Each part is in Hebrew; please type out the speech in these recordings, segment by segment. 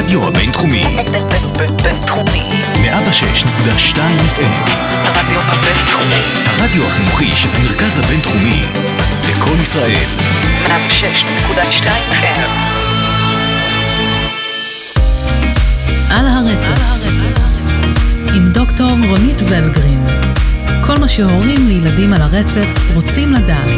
הרדיו הבינתחומי. בינתחומי. 106.2 FM. הרדיו הבינתחומי. הרדיו החינוכי של המרכז הבינתחומי. לכל ישראל. 106.2 FM. על הרצף. עם דוקטור רונית ולגרין. כל מה שהורים לילדים על הרצף רוצים לדעת.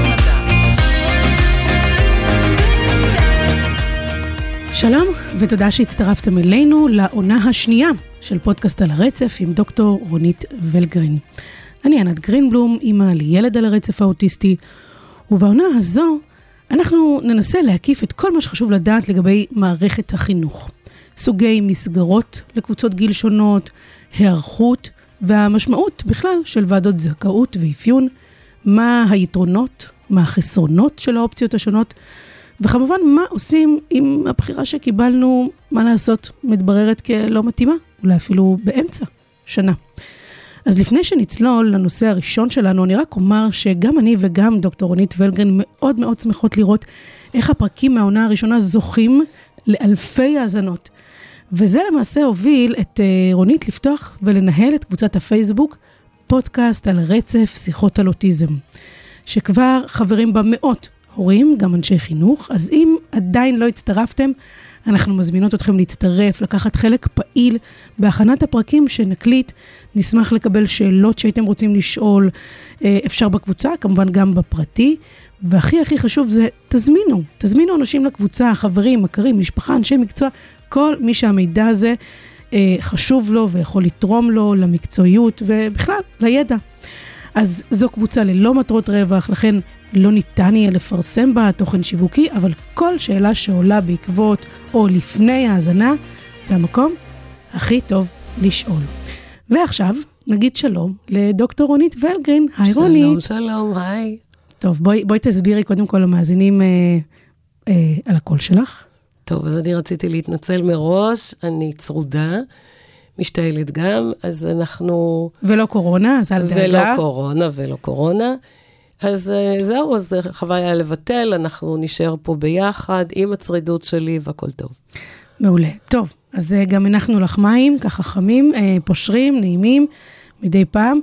שלום ותודה שהצטרפתם אלינו לעונה השנייה של פודקאסט על הרצף עם דוקטור רונית ולגרין. אני ענת גרינבלום, אמא לילד על הרצף האוטיסטי, ובעונה הזו אנחנו ננסה להקיף את כל מה שחשוב לדעת לגבי מערכת החינוך. סוגי מסגרות לקבוצות גיל שונות, היערכות והמשמעות בכלל של ועדות זכאות ואפיון, מה היתרונות, מה החסרונות של האופציות השונות, וכמובן מה עושים אם הבחירה שקיבלנו, מה לעשות, מתבררת כלא מתאימה, אולי אפילו באמצע שנה. אז לפני שנצלול לנושא הראשון שלנו, אני רק אומר שגם אני וגם דוקטור רונית ולגרין מאוד מאוד שמחות לראות איך הפרקים מהעונה הראשונה זוכים לאלפי האזנות. וזה למעשה הוביל את רונית לפתוח ולנהל את קבוצת הפייסבוק, פודקאסט על הרצף, שיחות על אוטיזם, שכבר חברים בה מאות הורים, גם אנשי חינוך. אז אם עדיין לא הצטרפתם, אנחנו מזמינות אתכם להצטרף, לקחת חלק פעיל בהכנת הפרקים שנקליט. נשמח לקבל שאלות שהייתם רוצים לשאול, אפשר בקבוצה, כמובן גם בפרטי. והכי הכי חשוב זה תזמינו אנשים לקבוצה, חברים, מכרים, משפחה, אנשי מקצוע, כל מי שהמידע הזה חשוב לו ויכול לתרום לו למקצועיות ובכלל לידע. אז זו קבוצה ללא מטרות רווח, לכן לא ניתן יהיה לפרסם בה תוכן שיווקי, אבל כל שאלה שעולה בעקבות או לפני ההאזנה, זה המקום הכי טוב לשאול. ועכשיו נגיד שלום לדוקטור רונית ולגרין. היי רונית. שלום, היי. טוב, בואי תסבירי קודם כל למאזינים על הקול שלך. טוב, אז אני רציתי להתנצל מראש, אני צרודה, משתעלת גם, אז אנחנו... ולא קורונה, אז אל דאגה. ולא קורונה. אז זהו, אז חוויה לבטל, אנחנו נשאר פה ביחד עם הצרידות שלי והכל טוב. מעולה. טוב, אז גם אנחנו לך מים, ככה חמים, פושרים, נעימים, מדי פעם.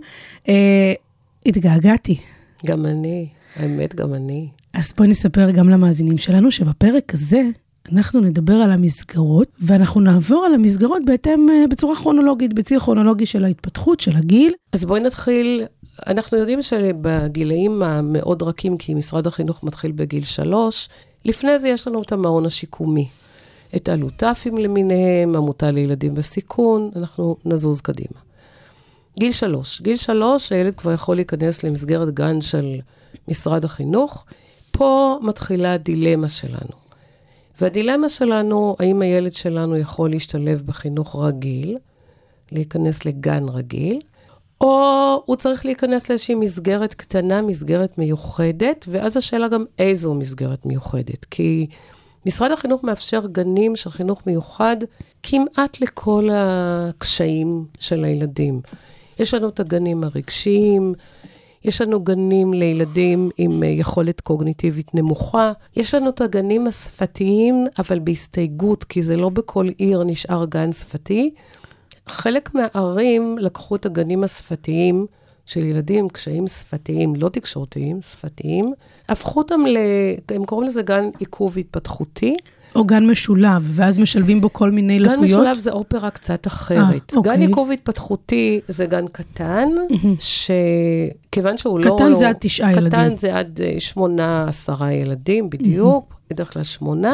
התגעגעתי. גם אני, האמת גם אני. אז בואי נספר גם למאזינים שלנו שבפרק הזה אנחנו נדבר על המסגרות, ואנחנו נעבור על המסגרות בהתאם בצורה כרונולוגית, בציר כרונולוגי של ההתפתחות, של הגיל. אז בואי נתחיל, אנחנו יודעים שבגילאים המאוד רכים, כי משרד החינוך מתחיל בגיל 3, לפני זה יש לנו את המעון השיקומי, את אלוטפים למיניהם, עמותה לילדים בסיכון, אנחנו נזוז קדימה. גיל 3, הילד כבר יכול להיכנס למסגרת גן של משרד החינוך, פה מתחילה הדילמה שלנו. והדילמה שלנו, האם הילד שלנו יכול להשתלב בחינוך רגיל, להיכנס לגן רגיל, או הוא צריך להיכנס לאיזושהי מסגרת קטנה, מסגרת מיוחדת, ואז השאלה גם איזו מסגרת מיוחדת, כי משרד החינוך מאפשר גנים של חינוך מיוחד, כמעט לכל הקשיים של הילדים. יש לנו את הגנים הרגשיים, יש לנו גנים לילדים עם יכולת קוגניטיבית נמוכה, יש לנו את הגנים השפתיים, אבל בהסתייגות, כי זה לא בכל עיר נשאר גן שפתי. חלק מהערים לקחו את הגנים השפתיים של ילדים עם קשיים שפתיים, לא תקשורתיים, שפתיים, הפכו אותם הם קוראים לזה גן עיכוב התפתחותי. או גן משולב, ואז משלבים בו כל מיני לקויות. גן משולב זה אופרה קצת אחרת. גן עיכוב התפתחתי זה גן קטן, שכיוון שהוא לא... קטן זה עד 9 ילדים. קטן זה עד 8-10 ילדים, בדיוק, בדרך כלל 8.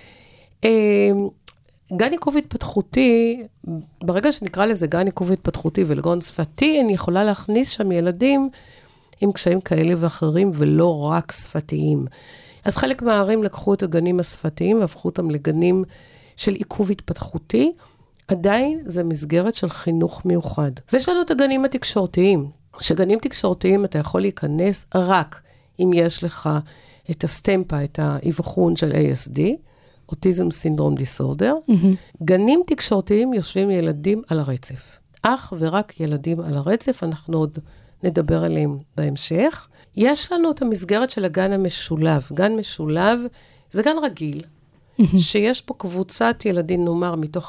גן עיכוב התפתחותי, ברגע שנקרא לזה גן עיכוב התפתחותי ולגון שפתי, אני יכולה להכניס שם ילדים עם קשיים כאלה ואחרים, ולא רק שפתיים. אז חלק מהערים לקחו את הגנים השפתיים, והפכו אותם לגנים של עיכוב התפתחותי, עדיין זה מסגרת של חינוך מיוחד. ויש לנו את הגנים התקשורתיים, שגנים תקשורתיים אתה יכול להיכנס רק אם יש לך את הסטמפה, את האבחון של ASD, אוטיזם סינדרום דיסורדר. גנים תקשורתיים יושבים ילדים על הרצף. אך ורק ילדים על הרצף, אנחנו עוד נדבר עליהם בהמשך. יש לנו את המסגרת של הגן המשולב. גן משולב זה גן רגיל, שיש פה קבוצת ילדים, נאמר, מתוך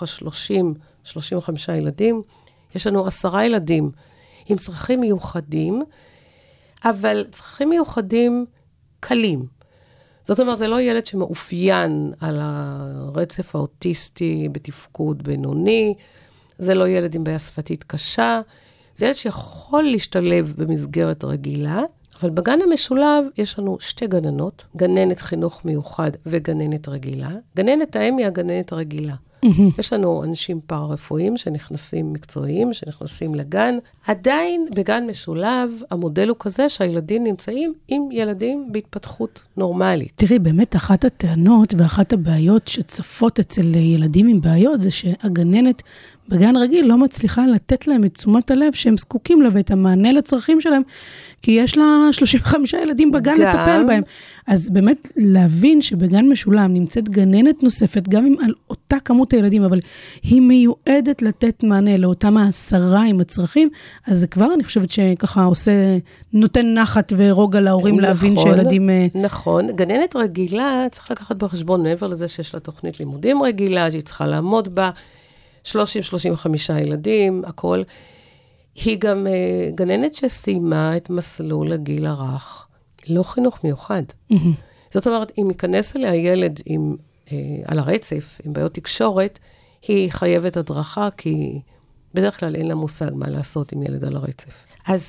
35 ילדים, יש לנו 10 ילדים עם צרכים מיוחדים, אבל צרכים מיוחדים קלים. זאת אומרת, זה לא ילד שמאופיין על הרצף האוטיסטי בתפקוד בינוני, זה לא ילד עם בעיה שפתית קשה, זה ילד שיכול להשתלב במסגרת רגילה, אבל בגן המשולב יש לנו 2 גננות, גננת חינוך מיוחד וגננת רגילה. גננת האם היא הגננת הרגילה. יש לנו אנשים פארה-רפואיים שנכנסים מקצועיים, שנכנסים לגן. עדיין בגן משולב, המודל הוא כזה שהילדים נמצאים עם ילדים בהתפתחות נורמלית. תראי, באמת אחת הטענות ואחת הבעיות שצפות אצל ילדים עם בעיות, זה שהגננת בגן רגיל לא מצליחה לתת להם את תשומת הלב שהם זקוקים לה ואת המענה לצרכים שלהם, כי יש לה 35 ילדים בגן לטפל בהם. אז באמת להבין שבגן משולב נמצאת גננת נוספת, גם עם על אותה כמות הילדים, אבל היא מיועדת לתת מענה לאותם 10 עם הצרכים, אז זה כבר אני חושבת שככה נותן נחת ורוגע להורים להבין שילדים... נכון, גננת רגילה צריך לקחת בחשבון מעבר לזה שיש לה תוכנית לימודים רגילה, שהיא צריכה לעמוד בה, 30-35 ילדים, הכל. היא גם גננת שסיימה את מסלול הגיל הרך, לא חינוך מיוחד. זאת אומרת, אם ייכנס אליה ילד על הרצף, עם בעיות תקשורת, היא חייבת הדרכה, כי בדרך כלל אין לה מושג מה לעשות עם ילד על הרצף.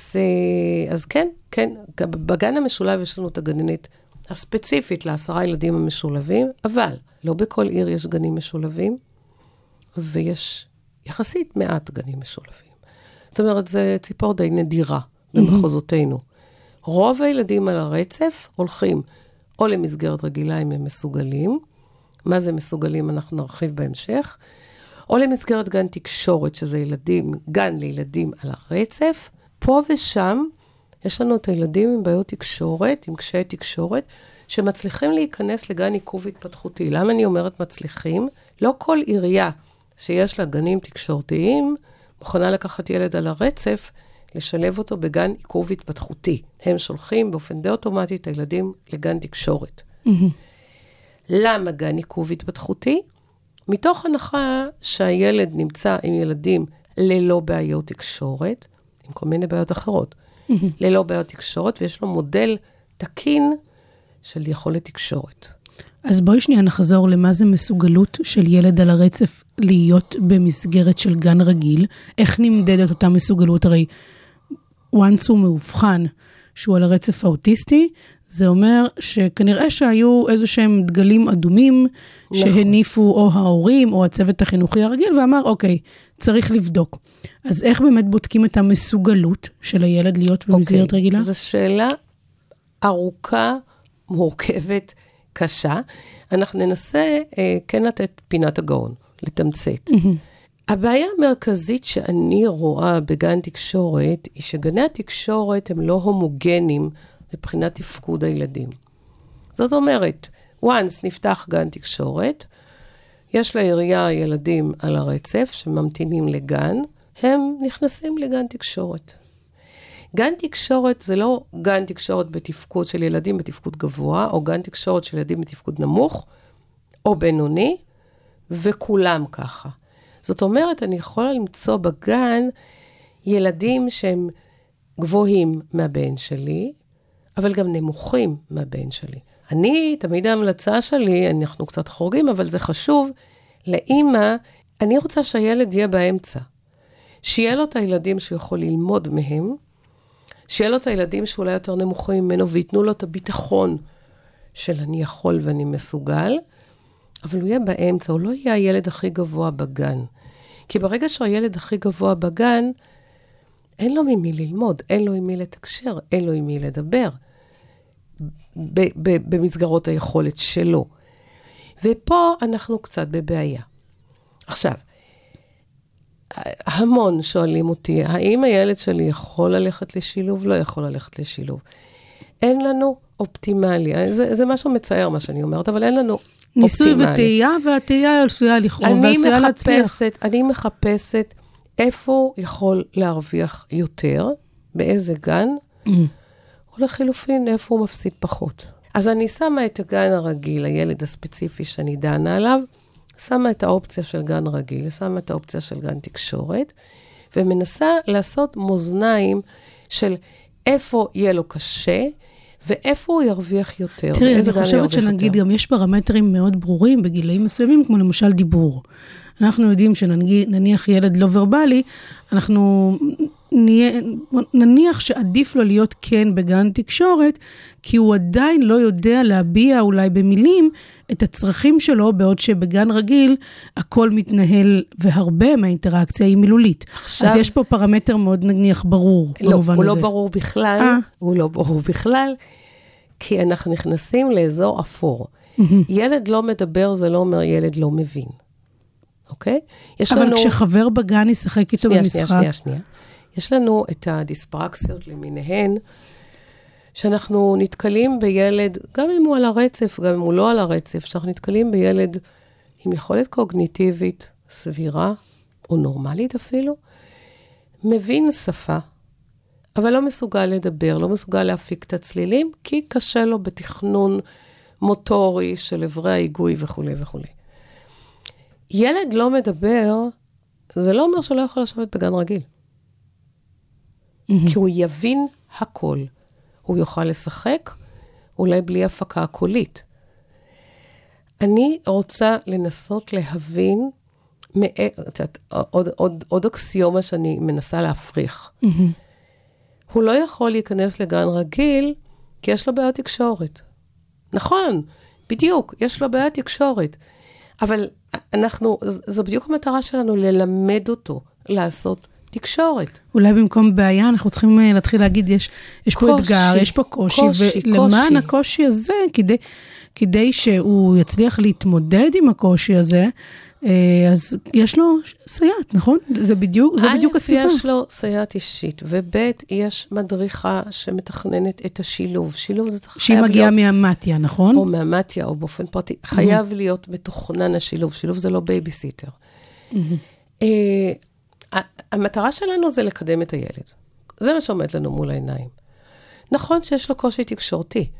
אז כן, בגן המשולב יש לנו את הגננת הספציפית ל10 ילדים המשולבים, אבל לא בכל עיר יש גנים משולבים, ויש יחסית מעט גנים משולבים. זאת אומרת, זה ציפור די נדירה במחוזותינו. רוב הילדים על הרצף הולכים או למסגרת רגילה אם הם מסוגלים, מה זה מסוגלים אנחנו נרחיב בהמשך, או למסגרת גן תקשורת, שזה גן לילדים על הרצף. פה ושם יש לנו את הילדים עם בעיות תקשורת, עם קשיי תקשורת, שמצליחים להיכנס לגן עיכוב התפתחותי. למה אני אומרת מצליחים? לא כל עירייה שיש לה גנים תקשורתיים, מוכנה לקחת ילד על הרצף, לשלב אותו בגן עיכוב התפתחותי. הם שולחים באופן די אוטומטי את הילדים לגן תקשורת. למה גן עיכוב התפתחותי? מתוך הנחה שהילד נמצא עם ילדים ללא בעיות תקשורת, עם כל מיני בעיות אחרות, ללא בעיות תקשורת, ויש לו מודל תקין של יכולת תקשורת. אז בואי שנייה נחזור למה זה מסוגלות של ילד על הרצף להיות במסגרת של גן רגיל. איך נמדדת אותה מסוגלות? הרי once הוא מאובחן שהוא על הרצף האוטיסטי, זה אומר שכנראה שהיו איזה שהם דגלים אדומים שהניפו או ההורים או הצוות החינוכי הרגיל, ואמר אוקיי, צריך לבדוק. אז איך באמת בודקים את המסוגלות של הילד להיות במסגרת רגילה? זו שאלה ארוכה, מורכבת, קשה. אנחנו ננסה כן לתת פינת הגאון, לתמצת. הבעיה המרכזית שאני רואה בגן תקשורת, היא שגני התקשורת הם לא הומוגנים מבחינת תפקוד הילדים. זאת אומרת, once נפתח גן תקשורת, יש לעירייה ילדים על הרצף שממתינים לגן, הם נכנסים לגן תקשורת. גן תקשורת זה לא גן תקשורת בתפקוד של ילדים בתפקוד גבוה, או גן תקשורת של ילדים בתפקוד נמוך, או בינוני, וכולם ככה. זאת אומרת, אני יכולה למצוא בגן ילדים שהם גבוהים מהבן שלי, אבל גם נמוכים מהבן שלי. תמיד ההמלצה שלי, אנחנו קצת חורגים, אבל זה חשוב, לאמא, אני רוצה שהילד יהיה באמצע. שיהיה לו את הילדים שיכול ללמוד מהם, שיהיה לו את הילדים שאולי יותר נמוכים ממנו, ויתנו לו את הביטחון של אני יכול ואני מסוגל, אבל הוא יהיה באמצע, הוא לא יהיה הילד הכי גבוה בגן. כי ברגע שהוא הילד הכי גבוה בגן, אין לו ממי ללמוד, אין לו עם מי לתקשר, אין לו עם מי לדבר, במסגרות היכולת שלו. ופה אנחנו קצת בבעיה. עכשיו, המון שואלים אותי, האם הילד שלי יכול ללכת לשילוב? לא יכול ללכת לשילוב. אין לנו אופטימלי. זה משהו מצער מה שאני אומרת, אבל אין לנו אופטימלי. ניסוי וטעייה, והטעייה עשויה לכאוב, ועשויה להצליח. אני מחפשת איפה הוא יכול להרוויח יותר, באיזה גן, או לחילופין, איפה הוא מפסיד פחות. אז אני שמה את הגן הרגיל, הילד הספציפי שאני דנה עליו, שמה את האופציה של גן רגיל, שמה את האופציה של גן תקשורת, ומנסה לעשות מאזניים של איפה יהיה לו קשה, ואיפה הוא ירוויח יותר. תראי, אני חושבת שנגיד גם יש פרמטרים מאוד ברורים בגילאים מסוימים, כמו למשל דיבור. אנחנו יודעים שנניח ילד לא ורבלי, אנחנו נניח שעדיף לו להיות כן בגן תקשורת, כי הוא עדיין לא יודע להביע אולי במילים את הצרכים שלו, בעוד שבגן רגיל הכל מתנהל, והרבה מהאינטראקציה היא מילולית. אז יש פה פרמטר מאוד נניח ברור. לא, הוא לא ברור בכלל, הוא לא ברור בכלל, כי אנחנו נכנסים לאזור אפור. ילד לא מדבר, זה לא אומר ילד לא מבין. אוקיי? אבל כשחבר בגן ישחק איתו במשחק. שנייה. יש לנו את הדיספרקסיות למיניהן, שאנחנו נתקלים בילד, גם אם הוא על הרצף, גם אם הוא לא על הרצף, שאנחנו נתקלים בילד עם יכולת קוגניטיבית סבירה, או נורמלית אפילו, מבין שפה, אבל לא מסוגל לדבר, לא מסוגל להפיק את הצלילים, כי קשה לו בתכנון מוטורי של עברי ההיגוי וכו' וכו'. ילד לא מדבר, זה לא אומר שלא יכול לשבת בגן רגיל. כי הוא יבין הכל. הוא יוכל לשחק, אולי בלי הפקה קולית. אני רוצה לנסות להבין, עוד אקסיומה שאני מנסה להפריך. הוא לא יכול להיכנס לגן רגיל, כי יש לו בעיות תקשורת. נכון, בדיוק, יש לו בעיות תקשורת. אבל זו בדיוק המטרה שלנו, ללמד אותו, לעשות תקשורת. אולי במקום בעיה, אנחנו צריכים להתחיל להגיד, יש פה אתגר, יש פה קושי, ולמען הקושי הזה, כדי שהוא יצליח להתמודד עם הקושי הזה, אז יש לו סייעת, נכון? זה בדיוק הסיבה. יש לו סייעת אישית, וב' יש מדריכה שמתכננת את השילוב. שילוב זה חייב להיות... שהיא מגיעה מהמתיה, נכון? או מהמתיה, או באופן פרטי. חייב להיות מתוכנן השילוב. שילוב זה לא בייביסיטר. המטרה שלנו זה לקדם את הילד. זה מה שעומד לנו מול העיניים. נכון שיש לו קושי תקשורתי.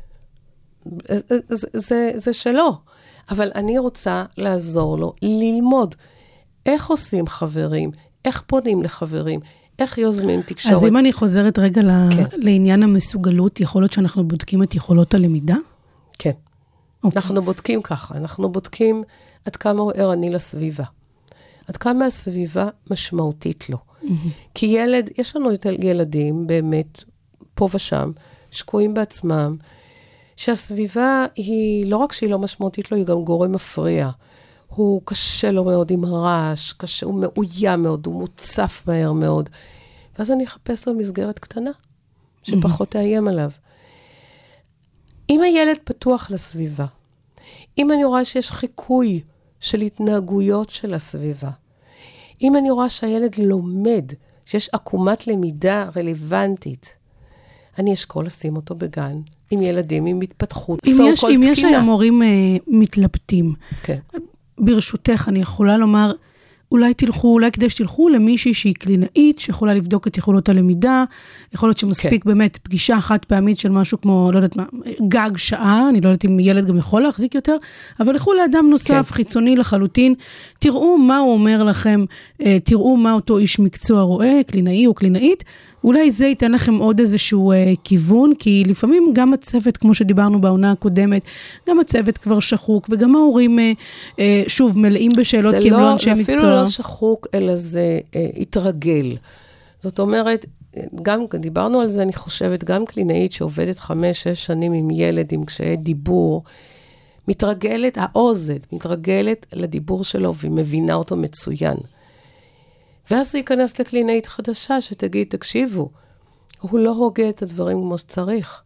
זה שלו. אבל אני רוצה לעזור לו ללמוד איך עושים חברים, איך פונים לחברים, איך יוזמים תקשורת. אז אם אני חוזרת רגע לעניין המסוגלות, יכול להיות שאנחנו בודקים את יכולות הלמידה? כן. אנחנו בודקים ככה, אנחנו בודקים עד כמה הוא ערני לסביבה. עד כמה הסביבה משמעותית לו. כי ילד, יש לנו את ילדים באמת פה ושם, שקועים בעצמם, שהסביבה היא, לא רק שהיא לא משמעותית לו, היא גם גורם מפריע. הוא קשה לו מאוד עם רעש, הוא מאוים מאוד, הוא מוצף מהר מאוד. ואז אני אחפש לו מסגרת קטנה, שפחות תאיים עליו. אם הילד פתוח לסביבה, אם אני רואה שיש חיקוי של התנהגויות של הסביבה, אם אני רואה שהילד לומד, שיש עקומת למידה רלוונטית, אני אשכול לשים אותו בגן, עם ילדים, עם התפתחות, אם יש היום מורים מתלבטים, כן. ברשותך, אני יכולה לומר, אולי כדי שתלכו למישהי שהיא קלינאית, שיכולה לבדוק את יכולות הלמידה, יכול להיות שמספיק באמת פגישה חד פעמית של משהו כמו, לא יודעת מה, גג שעה, אני לא יודעת אם ילד גם יכול להחזיק יותר, אבל לכו לאדם נוסף, חיצוני לחלוטין, תראו מה הוא אומר לכם, תראו מה אותו איש מקצוע רואה, קלינאי או קלינאית, אולי זה ייתן לכם עוד איזשהו כיוון, כי לפעמים גם הצוות, כמו שדיברנו בעונה הקודמת, גם הצוות כבר שחוק, וגם ההורים, שוב, מלאים בשאלות, כי הם לא אנשי מקצוע. זה אפילו לא שחוק, אלא זה התרגל. זאת אומרת, גם דיברנו על זה, אני חושבת, גם קלינאית שעובדת 5-6 שנים עם ילד, עם קשיי דיבור, מתרגלת, האוזן, מתרגלת לדיבור שלו, והיא מבינה אותו מצוין. ואז הוא ייכנס לקלינאית חדשה שתגיד, תקשיבו, הוא לא הוגה את הדברים כמו שצריך.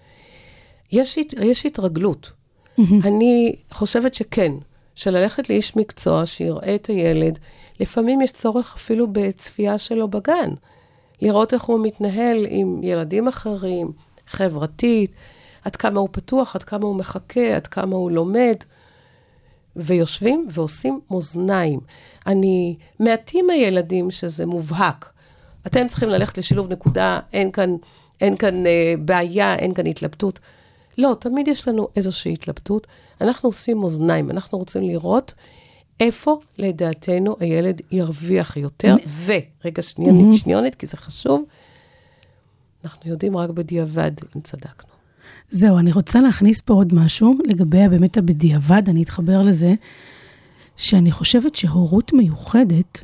יש התרגלות. אני חושבת שכן, שללכת לאיש מקצוע שיראה את הילד, לפעמים יש צורך אפילו בצפייה שלו בגן. לראות איך הוא מתנהל עם ילדים אחרים, חברתית, עד כמה הוא פתוח, עד כמה הוא מחכה, עד כמה הוא לומד. ויושבים ועושים מאזניים. מעטים הילדים שזה מובהק. אתם צריכים ללכת לשילוב נקודה, אין כאן בעיה, אין כאן התלבטות. לא, תמיד יש לנו איזושהי התלבטות. אנחנו עושים אוזניים, אנחנו רוצים לראות איפה לדעתנו הילד ירוויח יותר, ורגע שניונית, כי זה חשוב, אנחנו יודעים רק בדיעבד אם צדקנו. זהו, אני רוצה להכניס פה עוד משהו, לגבי באמת הבדיעבד, אני אתחבר לזה, שאני חושבת שהורות מיוחדת,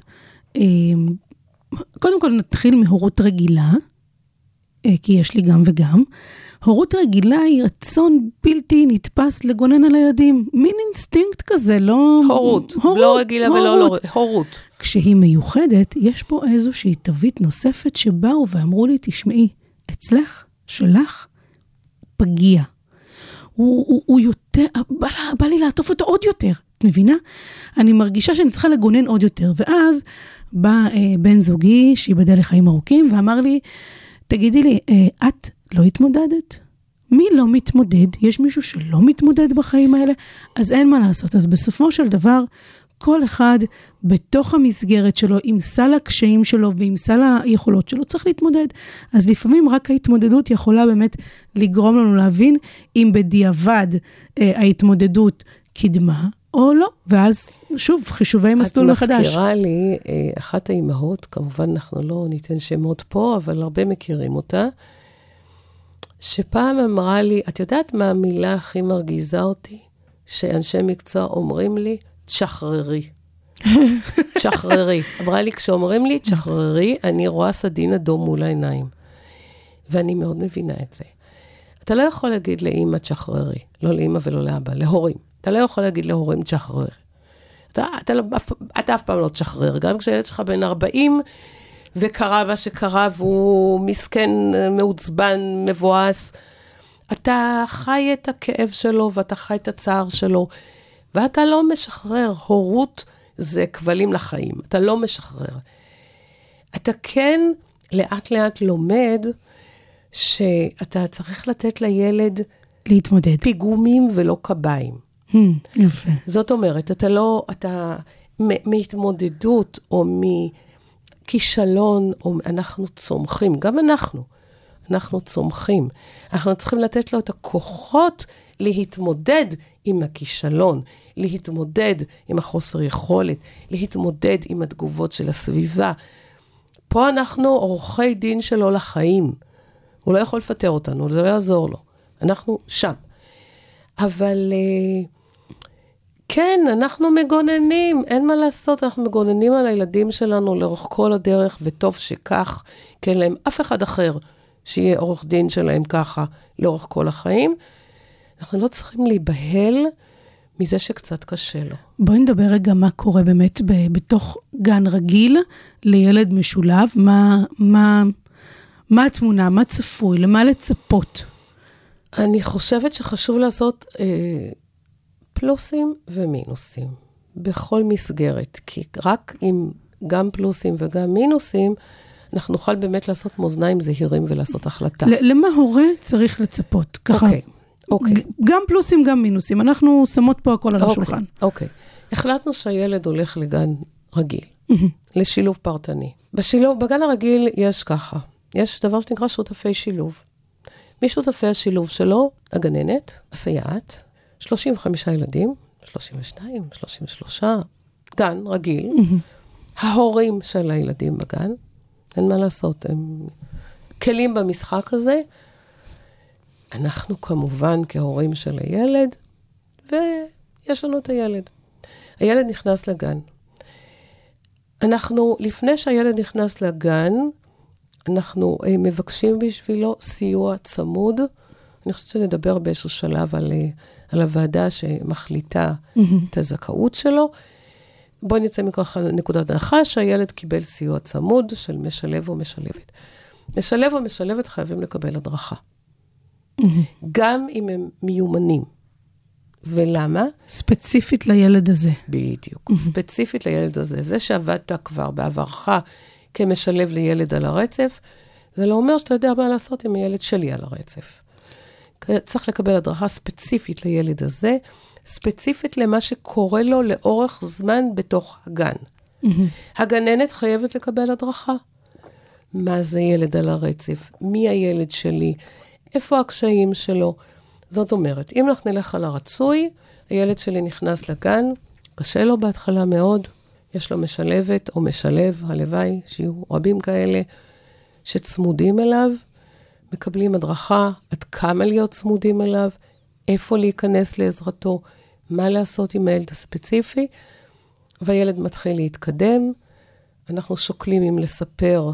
קודם כל נתחיל מהורות רגילה, כי יש לי גם וגם, הורות רגילה היא רצון בלתי נתפס לגונן על הילדים, מין אינסטינקט כזה, לא... הורות, לא רגילה ולא הורות. כשהיא מיוחדת, יש פה איזושהי תווית נוספת שבאו ואמרו לי, תשמעי, אצלך, שלך, פגיע. הוא יותר, בא לי לעטוף אותו עוד יותר, את מבינה? אני מרגישה שאני צריכה לגונן עוד יותר, ואז בא בן זוגי, שיבדל לחיים ארוכים, ואמר לי, תגידי לי, את לא התמודדת? מי לא מתמודד? יש מישהו שלא מתמודד בחיים האלה? אז אין מה לעשות. אז בסופו של דבר, כל אחד בתוך המסגרת שלו, עם סל הקשיים שלו ועם סל היכולות שלו, צריך להתמודד. אז לפעמים רק ההתמודדות יכולה באמת לגרום לנו להבין אם בדיעבד ההתמודדות קדמה או לא. ואז שוב, חישובי מסלול מחדש. את מזכירה לי, אחת האימהות, כמובן אנחנו לא ניתן שמות פה, אבל הרבה מכירים אותה, שפעם אמרה לי, את יודעת מה המילה הכי מרגיזה אותי? שאנשי מקצוע אומרים לי, תשחררי. תשחררי. אמרה לי, כשאומרים לי, תשחררי, אני רואה סדין אדום מול העיניים. ואני מאוד מבינה את זה. אתה לא יכול להגיד לאמא, תשחררי. לא לאמא ולא לאבא, להורים. אתה לא יכול להגיד להורים, תשחררי. אתה אף פעם לא תשחרר. גם כשילד שלך בן 40, וקרה מה שקרה, והוא מסכן, מעוצבן, מבואס, אתה חי את הכאב שלו, ואתה חי את הצער שלו, ואתה לא משחרר. הורות זה כבלים לחיים. אתה לא משחרר. אתה כן לאט לאט לומד שאתה צריך לתת לילד להתמודד. פיגומים ולא קביים. יפה. זאת אומרת, אתה מהתמודדות או מכישלון, או אנחנו צומחים, גם אנחנו צומחים. אנחנו צריכים לתת לו את הכוחות להתמודד עם הכישלון, להתמודד עם החוסר יכולת, להתמודד עם התגובות של הסביבה. פה אנחנו עורכי דין שלו לחיים. הוא לא יכול לפטר אותנו, זה לא יעזור לו. אנחנו שם. אבל כן, אנחנו מגוננים, אין מה לעשות, אנחנו מגוננים על הילדים שלנו לאורך כל הדרך, וטוב שכך, כי אין להם אף אחד אחר שיהיה עורך דין שלהם ככה לאורך כל החיים. אנחנו לא צריכים להיבהל מזה שקצת קשה לו. בואי נדבר רגע מה קורה באמת בתוך גן רגיל לילד משולב, מה התמונה, מה צפוי, למה לצפות? אני חושבת שחשוב לעשות פלוסים ומינוסים בכל מסגרת, כי רק עם גם פלוסים וגם מינוסים, אנחנו נוכל באמת לעשות מאזניים זהירים ולעשות החלטה. למה הורה צריך לצפות? ככה, אוקיי. גם פלוסים, גם מינוסים. אנחנו שמות פה הכל על השולחן. אוקיי. החלטנו שהילד הולך לגן רגיל, לשילוב פרטני. בגן הרגיל יש ככה, יש דבר שנקרא שותפי שילוב. משותפי השילוב שלו, הגננת, הסייעת, 35 ילדים, 32, 33, גן רגיל, ההורים של הילדים בגן, אין מה לעשות, הם כלים במשחק הזה. אנחנו כמובן כהורים של הילד, ויש לנו את הילד. הילד נכנס לגן. אנחנו, לפני שהילד נכנס לגן, אנחנו מבקשים בשבילו סיוע צמוד. אני חושבת שנדבר באיזשהו שלב על הוועדה שמחליטה את הזכאות שלו. בואי נצא מכך נקודת הנחה שהילד קיבל סיוע צמוד של משלב או משלבת. משלב או משלבת חייבים לקבל הדרכה. גם אם הם מיומנים. ולמה? ספציפית לילד הזה. בדיוק. ספציפית לילד הזה. זה שעבדת כבר בעברך כמשלב לילד על הרצף, זה לא אומר שאתה יודע מה לעשות עם הילד שלי על הרצף. צריך לקבל הדרכה ספציפית לילד הזה, ספציפית למה שקורה לו לאורך זמן בתוך הגן. הגננת חייבת לקבל הדרכה. מה זה ילד על הרצף? מי הילד שלי? איפה הקשיים שלו? זאת אומרת, אם אנחנו נלך על הרצוי, הילד שלי נכנס לגן, קשה לו בהתחלה מאוד, יש לו משלבת או משלב, הלוואי, שיהיו רבים כאלה, שצמודים אליו, מקבלים הדרכה עד כמה להיות צמודים אליו, איפה להיכנס לעזרתו, מה לעשות עם הילד הספציפי, והילד מתחיל להתקדם, אנחנו שוקלים אם לספר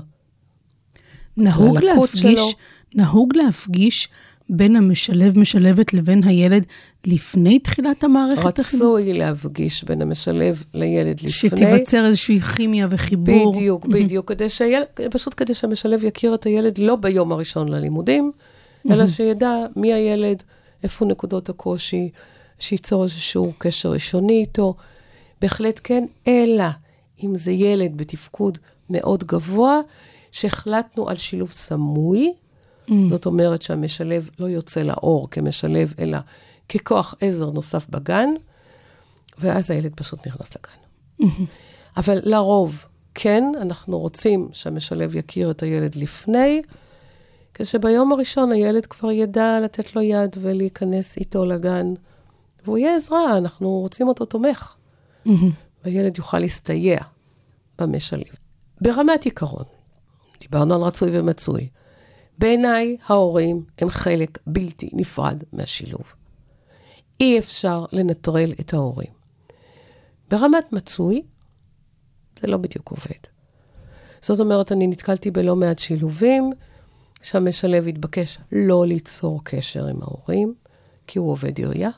נהוג להפגיש בין המשלבת לבין הילד לפני תחילת המערכת החינוך? רצוי להפגיש בין המשלב לילד לפני. שתיווצר איזושהי כימיה וחיבור. בדיוק, פשוט כדי שהמשלב יכיר את הילד לא ביום הראשון ללימודים, אלא שידע מי הילד, איפה נקודות הקושי, שייצור איזשהו קשר ראשוני איתו. בהחלט כן, אלא אם זה ילד בתפקוד מאוד גבוה, שהחלטנו על שילוב סמוי, זאת אומרת שהמשלב לא יוצא לאור כמשלב, אלא ככוח עזר נוסף בגן, ואז הילד פשוט נכנס לגן. אבל לרוב, כן, אנחנו רוצים שהמשלב יכיר את הילד לפני, כשביום הראשון הילד כבר ידע לתת לו יד ולהיכנס איתו לגן, והוא יהיה עזרה, אנחנו רוצים אותו תומך, והילד יוכל להסתייע במשלב. ברמת עיקרון, דיברנו על רצוי ומצוי, בעיניי ההורים הם חלק בלתי נפרד מהשילוב. אי אפשר לנטרל את ההורים. ברמת מצוי, זה לא בדיוק עובד. זאת אומרת, אני נתקלתי בלא מעט שילובים, שהמשלב התבקש לא ליצור קשר עם ההורים, כי הוא עובד עירייה,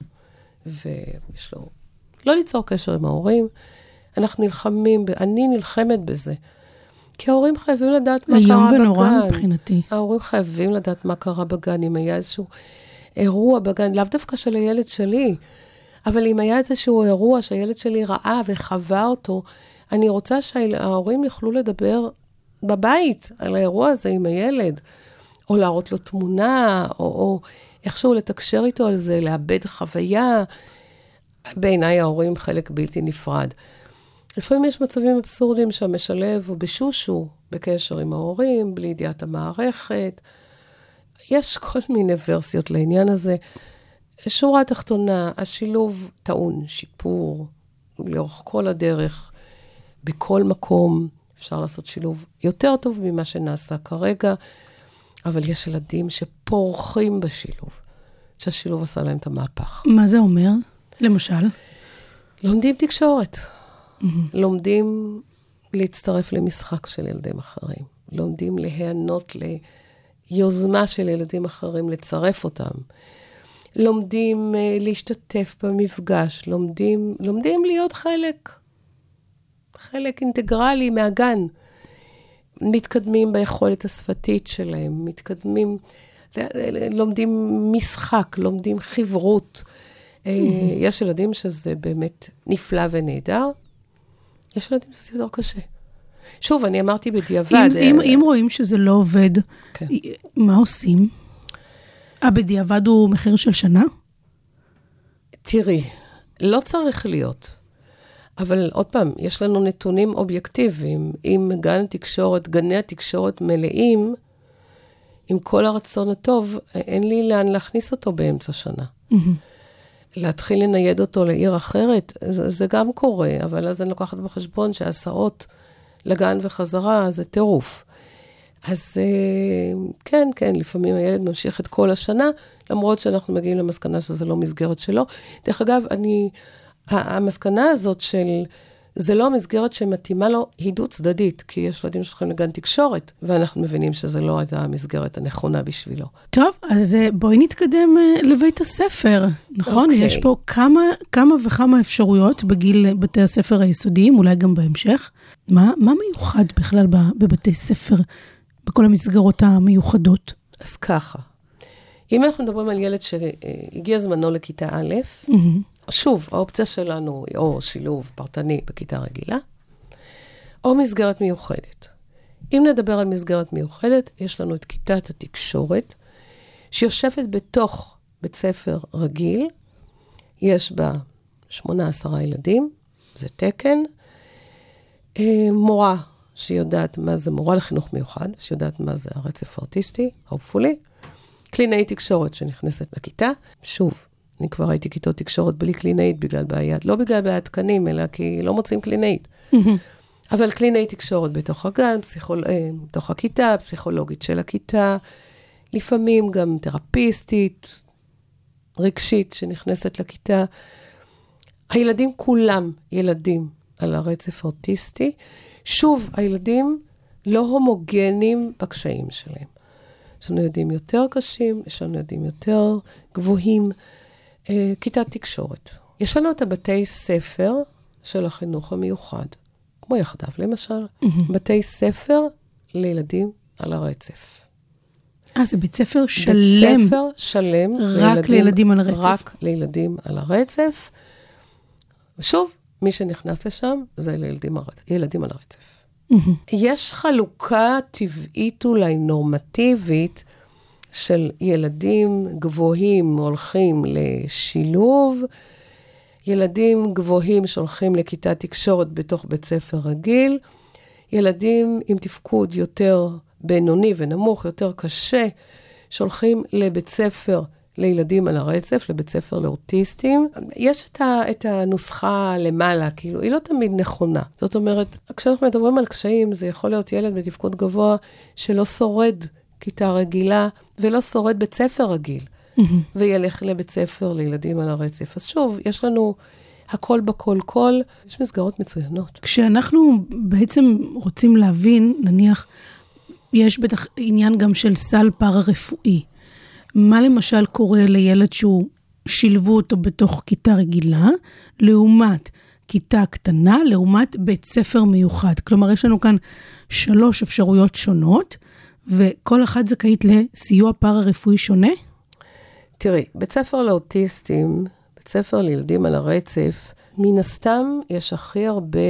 ויש לו לא ליצור קשר עם ההורים. אנחנו נלחמים, אני נלחמת בזה. כי ההורים חייבים לדעת מה קרה בגן. היום ונורא מבחינתי. ההורים חייבים לדעת מה קרה בגן, אם היה איזשהו אירוע בגן, לאו דווקא של הילד שלי, אבל אם היה איזשהו אירוע שהילד שלי ראה וחווה אותו, אני רוצה שההורים יוכלו לדבר בבית על האירוע הזה עם הילד, או להראות לו תמונה, או איכשהו לתקשר איתו על זה, לאבד חוויה. בעיניי ההורים חלק בלתי נפרד. לפעמים יש מצבים אבסורדים שהמשלב הוא בשושו, בקשר עם ההורים, בלי ידיעת המערכת. יש כל מיני ורסיות לעניין הזה. שורה התחתונה, השילוב טעון שיפור, לאורך כל הדרך, בכל מקום, אפשר לעשות שילוב יותר טוב ממה שנעשה כרגע, אבל יש ילדים שפורחים בשילוב, שהשילוב עשה להם את המהפך. מה זה אומר? למשל? לומדים תקשורת. לומדים להצטרף למשחק של ילדים אחרים. לומדים להיענות ליוזמה של ילדים אחרים, לצרף אותם. לומדים להשתתף במפגש. לומדים להיות חלק אינטגרלי מהגן. מתקדמים ביכולת השפתית שלהם. לומדים משחק, לומדים חברות. יש ילדים שזה באמת נפלא ונהדר. יש ילדים שזה יותר קשה. שוב, אני אמרתי בדיעבד. אם רואים שזה לא עובד, כן. מה עושים? בדיעבד הוא מחיר של שנה? תראי, לא צריך להיות. אבל עוד פעם, יש לנו נתונים אובייקטיביים. אם גני התקשורת מלאים, עם כל הרצון הטוב, אין לי לאן להכניס אותו באמצע שנה. להתחיל לנייד אותו לעיר אחרת, זה גם קורה, אבל אז אני לוקחת בחשבון שהסעות לגן וחזרה, זה טירוף. אז כן, לפעמים הילד ממשיך את כל השנה, למרות שאנחנו מגיעים למסקנה שזה לא מסגרת שלו. דרך אגב, המסקנה הזאת של, זה לא המסגרת שמתאימה לו, היא דו צדדית, כי יש ילדים שצריכים לגן תקשורת, ואנחנו מבינים שזה לא הייתה המסגרת הנכונה בשבילו. טוב, אז בואי נתקדם לבית הספר, נכון? יש פה כמה וכמה אפשרויות בגיל בתי הספר היסודיים, אולי גם בהמשך. מה מיוחד בכלל בבתי ספר, בכל המסגרות המיוחדות? אז ככה, אם אנחנו מדברים על ילד שהגיע זמנו לכיתה א', שוב, האופציה שלנו היא או שילוב פרטני בכיתה רגילה, או מסגרת מיוחדת. אם נדבר על מסגרת מיוחדת, יש לנו את כיתת התקשורת, שיושבת בתוך בית ספר רגיל, יש בה 18 ילדים, זה תקן, מורה שיודעת מה זה, מורה לחינוך מיוחד, שיודעת מה זה הרצף האוטיסטי, hopefully, קלינאית תקשורת שנכנסת לכיתה, שוב, אני כבר הייתי כיתות תקשורת בלי קלינאית בגלל בעיית, לא בגלל בעיית תקנים, אלא כי לא מוצאים קלינאית. אבל קלינאית תקשורת בתוך הגן, בתוך הכיתה, פסיכולוגית של הכיתה, לפעמים גם תרפיסטית, רגשית שנכנסת לכיתה. הילדים כולם ילדים על הרצף האוטיסטי. שוב, הילדים לא הומוגנים בקשיים שלהם. יש לנו ילדים יותר קשים, יש לנו ילדים יותר גבוהים. כיתת תקשורת. יש לנו את הבתי ספר של החינוך המיוחד, כמו יחדיו, למשל, בתי ספר לילדים על הרצף. זה בית ספר שלם. בית ספר שלם. רק לילדים על הרצף. רק לילדים על הרצף. ושוב, מי שנכנס לשם, זה ילדים על הרצף. יש חלוקה טבעית אולי נורמטיבית, של ילדים גבוהים הולכים לשילוב, ילדים גבוהים שהולכים לכיתת תקשורת בתוך בית ספר רגיל, ילדים עם תפקוד יותר בינוני ונמוך, יותר קשה, שהולכים לבית ספר לילדים על הרצף, לבית ספר לאוטיסטים. יש את הנוסחה למעלה, כאילו, היא לא תמיד נכונה. זאת אומרת, כשאנחנו מדברים על קשיים, זה יכול להיות ילד בתפקוד גבוה שלא שורד כיתה רגילה, ולא שורד בית ספר רגיל, וילך לבית ספר לילדים על הרצף. אז שוב, יש לנו הכל בכל כל, יש מסגרות מצוינות. כשאנחנו בעצם רוצים להבין, נניח, יש בטח עניין גם של סל פארה-רפואי. מה למשל קורה לילד שהוא שילבו אותו בתוך כיתה רגילה, לעומת כיתה קטנה, לעומת בית ספר מיוחד. כלומר, יש לנו כאן 3 אפשרויות שונות, וכל אחת זכאית לסיוע פארה-רפואי שונה? תראי, בית ספר לאוטיסטים, בית ספר לילדים על הרצף, מן הסתם יש הכי הרבה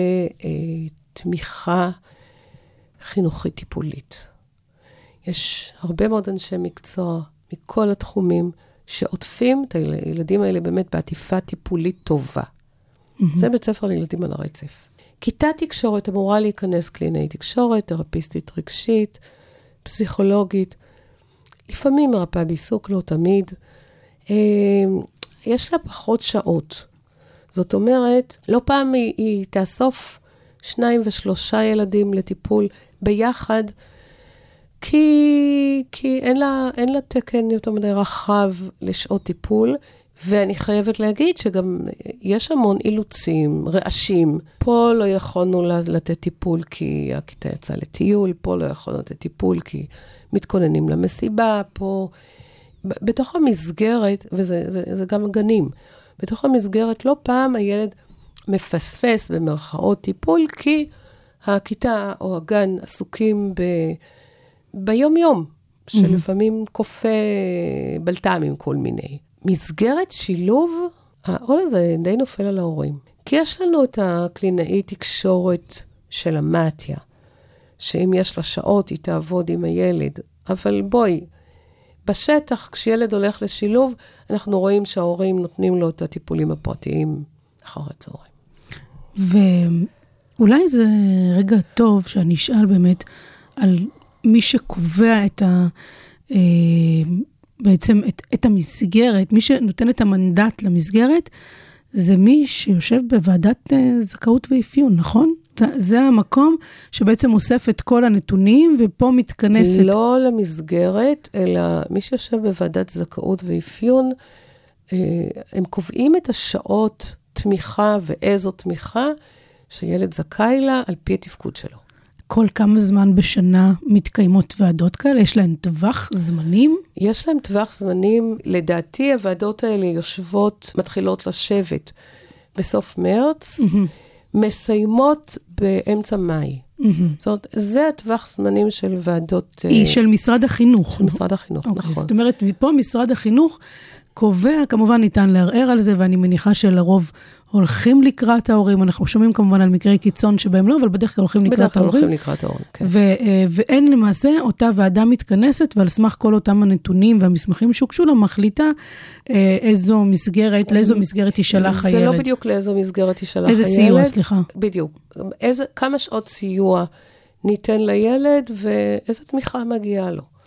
תמיכה חינוכית טיפולית. יש הרבה מאוד אנשי מקצוע מכל התחומים שעוטפים את הילדים האלה באמת בעטיפה טיפולית טובה. זה בית ספר לילדים על הרצף. כיתה תקשורת אמורה להיכנס קלינאית תקשורת, תרפיסטית רגשית, פסיכולוגית, לפעמים מרפאה בעיסוק, לא תמיד. יש לה פחות שעות. זאת אומרת, לא פעם היא תאסוף 2 ו3 ילדים לטיפול ביחד, כי אין לה תקן יותר מדי רחב לשעות טיפול, ואני חייבת להגיד שגם יש המון אילוצים, רעשים. פה לא יכולנו לתת טיפול כי הכיתה יצאה לטיול, פה לא יכולנו לתת טיפול כי מתכוננים למסיבה, פה בתוך המסגרת, וזה גם גנים, בתוך המסגרת לא פעם הילד מפספס במרכאות טיפול, כי הכיתה או הגן עסוקים ביום-יום, שלפעמים קופה בלטם עם כל מיני. מסגרת שילוב, העול הזה די נופל על ההורים. כי יש לנו את הקלינאית תקשורת של המתיה, שאם יש לה שעות היא תעבוד עם הילד, אבל בואי, בשטח כשילד הולך לשילוב, אנחנו רואים שההורים נותנים לו את הטיפולים הפרטיים אחר הצהריים. ואולי זה רגע טוב שאני אשאל באמת על מי שקובע בעצם את המסגרת, מי שנותן את המנדט למסגרת, זה מי שיושב בוועדת זכאות ואפיון, נכון? זה המקום שבעצם אוסף את כל הנתונים, ופה מתכנסת. לא למסגרת, אלא מי שיושב בוועדת זכאות ואפיון, הם קובעים את השעות תמיכה ואיזו תמיכה, שילד זכאי לה על פי התפקוד שלו. כל כמה זמן בשנה מתקיימות ועדות כאלה? יש להן טווח זמנים? יש להן טווח זמנים. לדעתי הוועדות האלה יושבות, מתחילות לשבת בסוף מרץ, מסיימות באמצע מאי. זאת אומרת, זה הטווח זמנים של ועדות... של משרד החינוך. של משרד החינוך, נכון. זאת אומרת, מפה משרד החינוך קובע, כמובן ניתן לערער על זה, ואני מניחה שלרוב הולכים לקראת ההורים. אנחנו שומעים כמובן על מקרי קיצון שבהם לא, אבל בדרך כלל הולכים לקראת ההורים. בדרך כלל הולכים לקראת ההורים, כן. ואין למעשה, אותה ועדה מתכנסת, ועל סמך כל אותם הנתונים והמסמכים שהוגשו לה, מחליטה איזו מסגרת, לאיזו מסגרת ישלח הילד. זה לא בדיוק לאיזו מסגרת ישלח הילד. איזה סיוע, סליחה. בדיוק. כמה שעות סיוע ניתן לילד, ואיזו תמיכה מגיעה לו.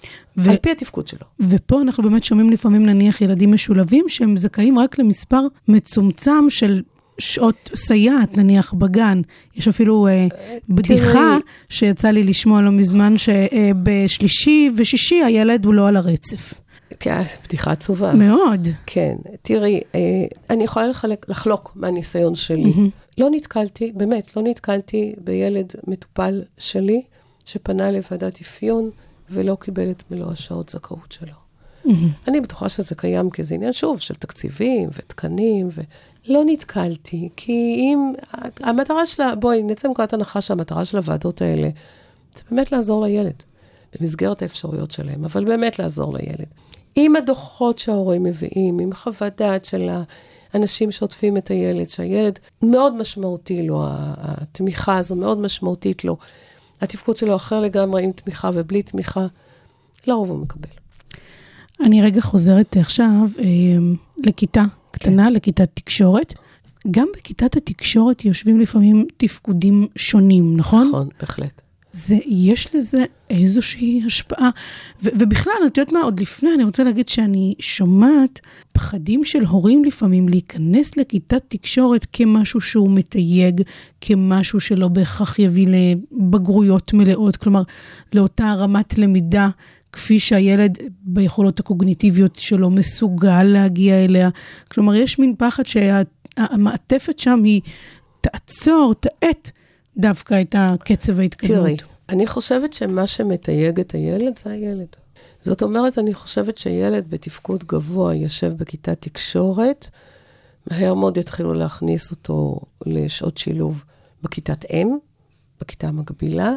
על פי התפקוד שלו. ופה אנחנו באמת שומעים לפעמים נניח ילדים משולבים, שהם זכאים רק למספר מצומצם של שעות סייעת, נניח בגן. יש אפילו בדיחה שיצא לי לשמוע לא מזמן, שבשלישי ושישי הילד הוא לא על הרצף. כן, בדיחה עצובה. מאוד. כן, תראי, אני יכולה לחלוק מהניסיון שלי. לא נתקלתי, באמת, לא נתקלתי בילד מטופל שלי, שפנה לוועדת אפיון, ולא קיבל את מלוא השעות זכאות שלו. אני בטוחה שזה קיים כזה עניין, שוב, של תקציבים ותקנים, ולא נתקלתי, כי אם המטרה שלה, בואי, נצא מנקודת הנחה שהמטרה של הוועדות האלה, זה באמת לעזור לילד, במסגרת האפשרויות שלהם, אבל באמת לעזור לילד. עם הדוחות שההורים מביאים, עם חוות דעת של האנשים שעוטפים את הילד, שהילד מאוד משמעותי לו, התמיכה הזו מאוד משמעותית לו, התפקוד שלו אחר לגמרי עם תמיכה ובלי תמיכה, לרוב הוא מקבל. אני רגע חוזרת עכשיו לכיתה קטנה, לכיתת תקשורת. גם בכיתת התקשורת יושבים לפעמים תפקודים שונים, נכון? נכון, בהחלט. יש לזה איזושהי השפעה, ובכלל, את יודעת מה, עוד לפני, אני רוצה להגיד שאני שומעת פחדים של הורים לפעמים להיכנס לכיתת תקשורת כמשהו שהוא מתייג, כמשהו שלא בהכרח יביא לבגרויות מלאות, כלומר, לאותה רמת למידה, כפי שהילד ביכולות הקוגניטיביות שלו מסוגל להגיע אליה. כלומר, יש מין פחד שהמעטפת שם היא תעצור, תעט, דווקא את הקצב ההתקדמות. תראי, אני חושבת שמה שמתייג את הילד זה הילד. זאת אומרת, אני חושבת שילד בתפקוד גבוה יושב בכיתת תקשורת, מהר מאוד יתחילו להכניס אותו לשעות שילוב בכיתת אם, בכיתה המקבילה,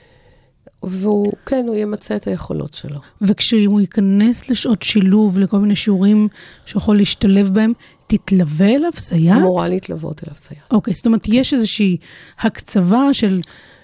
והוא, כן, הוא ימצא את היכולות שלו. וכשהוא ייכנס לשעות שילוב, לכל מיני שיעורים שיכול להשתלב בהם, תתלווה אליו סייעת? אמורה להתלוות אליו סייעת. אוקיי, זאת אומרת, יש איזושהי הקצבה של...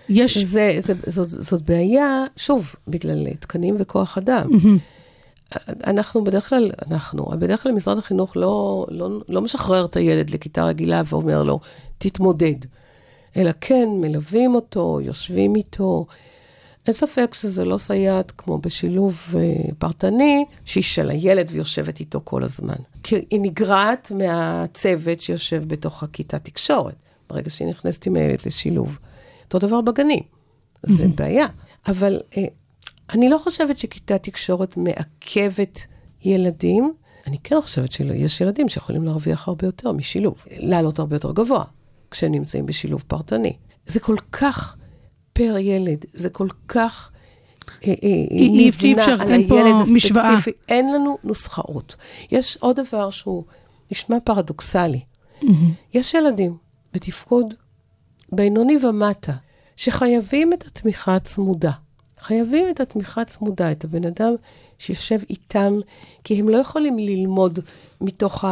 זאת בעיה, שוב, בגלל תקנים וכוח אדם. אנחנו בדרך כלל משרד החינוך לא משחרר את הילד לכיתה רגילה ואומר לו, תתמודד. אלא כן, מלווים אותו, יושבים איתו. אין ספק שזה לא סייעת כמו בשילוב פרטני, שהיא של הילד ויושבת איתו כל הזמן. כי היא נגרעת מהצוות שיושב בתוך הכיתה תקשורת, ברגע שהיא נכנסת עם הילד לשילוב. אותו דבר בגנים, זה בעיה. אבל אני לא חושבת שכיתה תקשורת מעכבת ילדים, אני כן חושבת שיש ילדים שיכולים להרוויח הרבה יותר משילוב, לעלות הרבה יותר גבוה, כשהם נמצאים בשילוב פרטני. זה כל כך... פר ילד, זה כל כך נבנה על הילד הספציפי. אין לנו נוסחאות. יש עוד דבר שהוא נשמע פרדוקסלי. יש ילדים בתפקוד בינוני ומטה, שחייבים את התמיכה הצמודה. חייבים את התמיכה הצמודה, את הבן אדם שיושב איתם, כי הם לא יכולים ללמוד מתוך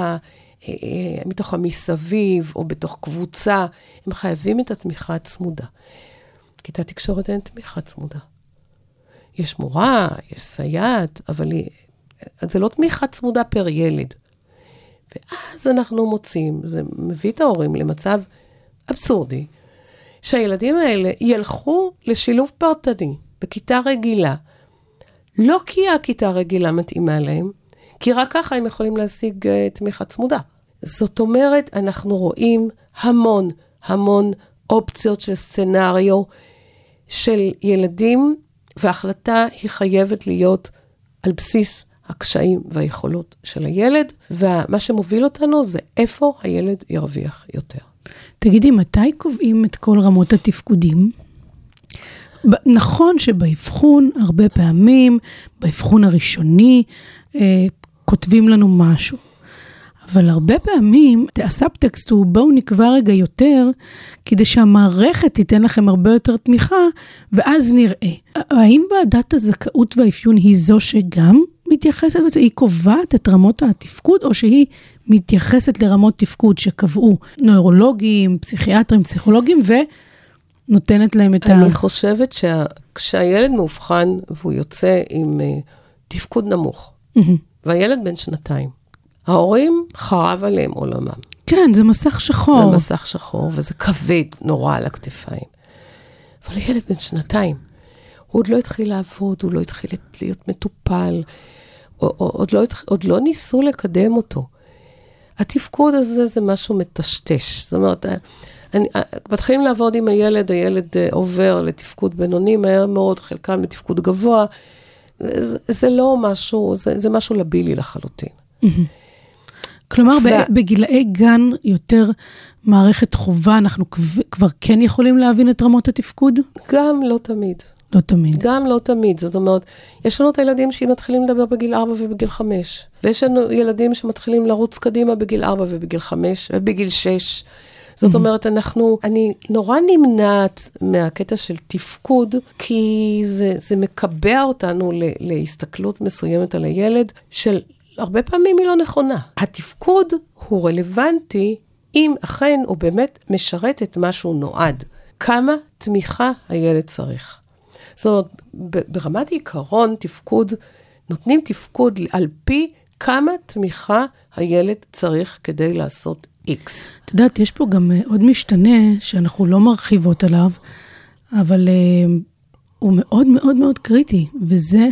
המסביב, או בתוך קבוצה. הם חייבים את התמיכה הצמודה. כיתה תקשורת אין תמיכה צמודה. יש מורה, יש סייעת, אבל זה לא תמיכה צמודה פר ילד. ואז אנחנו מוצאים, זה מביא את ההורים למצב אבסורדי, שהילדים האלה ילכו לשילוב פרטני בכיתה רגילה, לא כי הכיתה רגילה מתאימה להם, כי רק ככה הם יכולים להשיג תמיכה צמודה. זאת אומרת, אנחנו רואים המון אופציות של סצנריו של ילדים, וההחלטה היא חייבת להיות על בסיס הקשיים והיכולות של הילד, ומה שמוביל אותנו זה איפה הילד ירוויח יותר. תגידי, מתי קובעים את כל רמות התפקודים? נכון שבאבחון, הרבה פעמים, באבחון הראשוני, כותבים לנו משהו. אבל הרבה פעמים, הסאבטקסט הוא בואו נקבע רגע יותר, כדי שהמערכת תיתן לכם הרבה יותר תמיכה, ואז נראה. האם ועדת הזכאות והאפיון היא זו שגם מתייחסת בזה? היא קובעת את רמות התפקוד, או שהיא מתייחסת לרמות תפקוד שקבעו נוירולוגים, פסיכיאטרים, פסיכולוגים, ונותנת להם את אני חושבת כשהילד מאובחן, והוא יוצא עם תפקוד נמוך, והילד בן 2, ההורים חרב עליהם עולמם. כן, זה מסך שחור. זה מסך שחור, וזה כבד נורא על הכתפיים. אבל הילד בן 2, הוא עוד לא התחיל לעבוד, הוא לא התחיל להיות מטופל, עוד לא ניסו לקדם אותו. התפקוד הזה זה משהו מטשטש. זאת אומרת, מתחילים לעבוד עם הילד עובר לתפקוד בינוני, מהר מאוד, חלקם לתפקוד גבוה, זה לא משהו, זה משהו לבילי לחלוטין. כלומר, בגילאי גן יותר מערכת חובה, אנחנו כבר כן יכולים להבין את רמות התפקוד? גם לא תמיד. לא תמיד. גם לא תמיד. זאת אומרת, יש לנו את הילדים שמתחילים לדבר בגיל 4 ובגיל 5, ויש לנו ילדים שמתחילים לרוץ קדימה בגיל 4 ובגיל 5 ובגיל 6. זאת אומרת, אני נורא נמנעת מהקטע של תפקוד, כי זה מקבע אותנו להסתכלות מסוימת על הילד, של הרבה פעמים היא לא נכונה. התפקוד הוא רלוונטי, אם אכן הוא באמת משרת את מה שהוא נועד. כמה תמיכה הילד צריך. זאת אומרת, ברמת עיקרון תפקוד, נותנים תפקוד על פי כמה תמיכה הילד צריך כדי לעשות X. את יודעת, יש פה גם עוד משתנה שאנחנו לא מרחיבות עליו, אבל הוא מאוד מאוד מאוד קריטי, וזה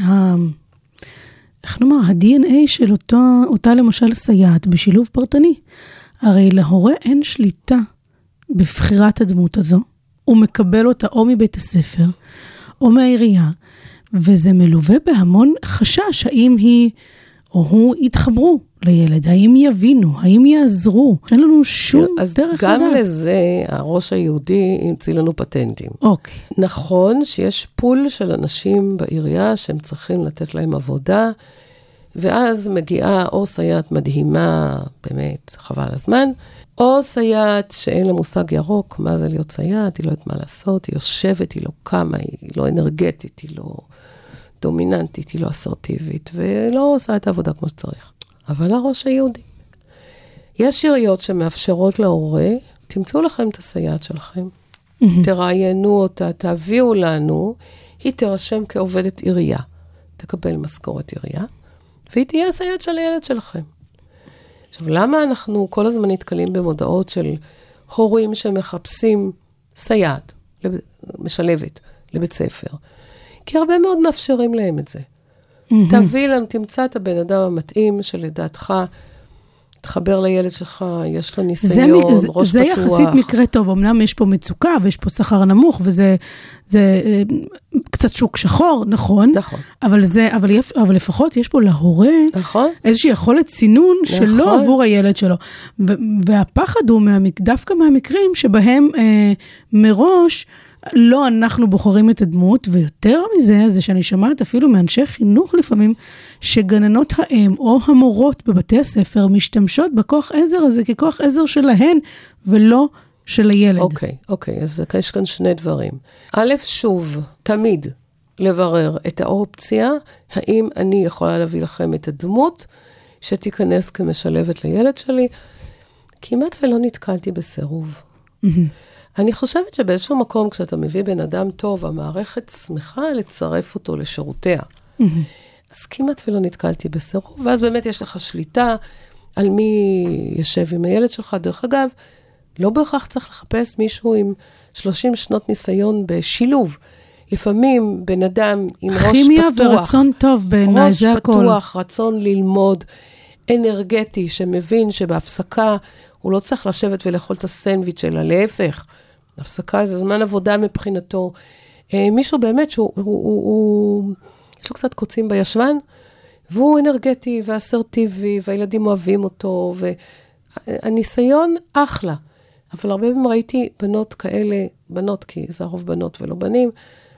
איך נאמר, ה-DNA של אותה למשל סייעת בשילוב פרטני. הרי להורה אין שליטה בבחירת הדמות הזו, הוא מקבל אותה או מבית הספר, או מהעירייה, וזה מלווה בהמון חשש, האם היא או הוא יתחברו לילד, האם יבינו, האם יעזרו, אין לנו שום דרך לדעת. אז גם לזה, הראש היהודי ימציא לנו פטנטים. אוקיי. נכון שיש פול של אנשים בעירייה, שהם צריכים לתת להם עבודה, ואז מגיעה או סייעת מדהימה, באמת חבל הזמן, או סייעת שאין לה מושג ירוק, מה זה להיות סייעת, היא לא יודעת מה לעשות, היא יושבת, היא לא קמה, היא לא אנרגטית, היא לא דומיננטית, היא לא אסרטיבית, ולא עושה את העבודה כמו שצריך. אבל הראש היהודי. יש עיריות שמאפשרות להורה, תמצאו לכם את הסייעת שלכם, תראיינו אותה, תביאו לנו, היא תרשם כעובדת עירייה, תקבל משכורת עירייה, והיא תהיה הסייעת של הילד שלכם. עכשיו, למה אנחנו כל הזמן נתקלים במודעות של הורים שמחפשים סייעת, משלבת, לבית ספר? כי הרבה מאוד מאפשרים להם את זה. תביא לנו, תמצא את הבן אדם המתאים שלדעתך, תחבר לילד שלך, יש לו ניסיון, ראש פתוח. זה יחסית מקרה טוב, אמנם יש פה מצוקה, ויש פה שכר נמוך, וזה קצת שוק שחור, נכון? נכון. אבל לפחות יש פה להורה, נכון. איזושהי יכולת סינון שלא עבור הילד שלו. והפחד הוא דווקא מהמקרים שבהם מראש, לא אנחנו בוחרים את הדמות, ויותר מזה, זה שאני שמעת אפילו מאנשי חינוך לפעמים, שגננות האם או המורות בבתי הספר משתמשות בכוח עזר הזה ככוח עזר שלהן, ולא של הילד. אוקיי, אז יש כאן שני דברים. א', שוב, תמיד לברר את האופציה, האם אני יכולה להביא לכם את הדמות, שתיכנס כמשלבת לילד שלי, כמעט ולא נתקלתי בסירוב. אני חושבת שבאיזשהו מקום, כשאתה מביא בן אדם טוב, המערכת שמחה לצרף אותו לשירותיה. אז כמעט ולא נתקלתי בסירוב, ואז באמת יש לך שליטה על מי יושב עם הילד שלך. דרך אגב, לא בהכרח צריך לחפש מישהו עם 30 שנות ניסיון בשילוב. לפעמים בן אדם עם ראש פתוח. כימיה ורצון טוב בעיניי, זה הכל. ראש פתוח, רצון ללמוד, אנרגטי, שמבין שבהפסקה הוא לא צריך לשבת ולאכול את הסנדוויץ' אלא להפך. הפסקה זה זמן עבודה מבחינתו. מישהו באמת יש לו קצת קוצים בישבן, והוא אנרגטי ואסרטיבי, והילדים אוהבים אותו, והניסיון אחלה. אבל הרבה פעמים ראיתי בנות כאלה, בנות כי זה הרוב בנות ולא בנים,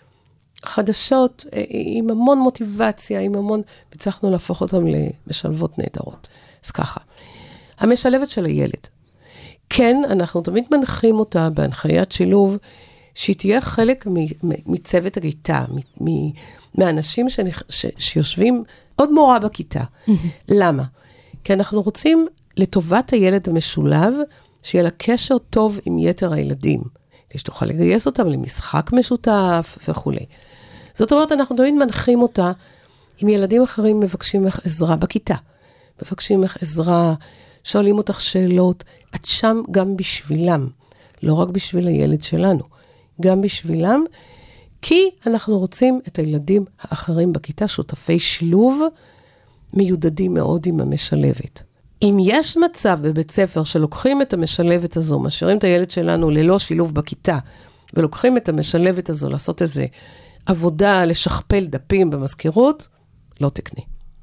חדשות עם המון מוטיבציה, עם המון, וצריכנו להפוך אותם למשלבות נהדרות. אז ככה, המשלבת של הילד. כן, אנחנו תמיד מנחים אותה בהנחיית שילוב, שהיא תהיה חלק מצוות הכיתה, מהאנשים שיושבים עוד מורה בכיתה. למה? כי אנחנו רוצים לטובת הילד המשולב, שיהיה לה קשר טוב עם יתר הילדים. שתוכל לגייס אותם למשחק משותף וכו'. זאת אומרת, אנחנו תמיד מנחים אותה, אם ילדים אחרים מבקשים לך עזרה בכיתה, מבקשים לך עזרה, שואלים אותך שאלות, את שם גם בשבילם, לא רק בשביל הילד שלנו, גם בשבילם, כי אנחנו רוצים את הילדים האחרים בכיתה, שותפי שילוב, מיודדים מאוד עם המשלבת. אם יש מצב בבית ספר שלוקחים את המשלבת הזו, משאירים את הילד שלנו ללא שילוב בכיתה, ולוקחים את המשלבת הזו לעשות איזה עבודה, לשכפל דפים במזכירות, לא תקני.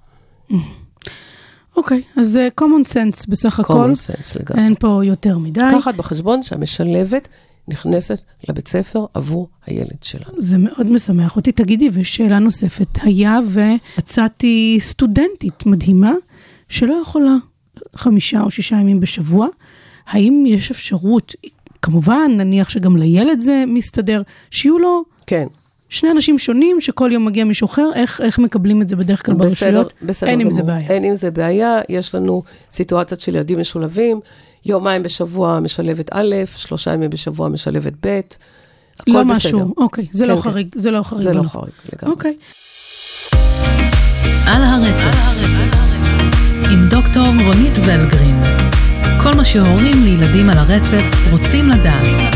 אוקיי, אז common sense בסך הכל. common sense לגמרי. אין פה יותר מדי. לקחת בחשבון שהמשלבת נכנסת לבית ספר עבור הילד שלנו. זה מאוד משמח אותי. תגידי, ושאלה נוספת, היה והצעתי סטודנטית מדהימה, שלא יכולה 5 או 6 ימים בשבוע, האם יש אפשרות, כמובן, נניח שגם לילד זה מסתדר, שיהיו לו כן. 2 אנשים שונים, שכל יום מגיע מישהו אחר, איך מקבלים את זה בדרך כלל ברשויות? בסדר אין גמור. עם זה בעיה. אין עם זה בעיה, יש לנו סיטואציות של ילדים משולבים, 2 ימים בשבוע משלבת א', 3 ימים בשבוע משלבת ב', הכל לא בסדר. משהו, אוקיי, זה לא חריג, זה לא חריג. זה לא חריג, לגמרי. אוקיי. על הרצף, עם דוקטור רונית ולגרין. כל מה שהורים לילדים על הרצף רוצים לדעת.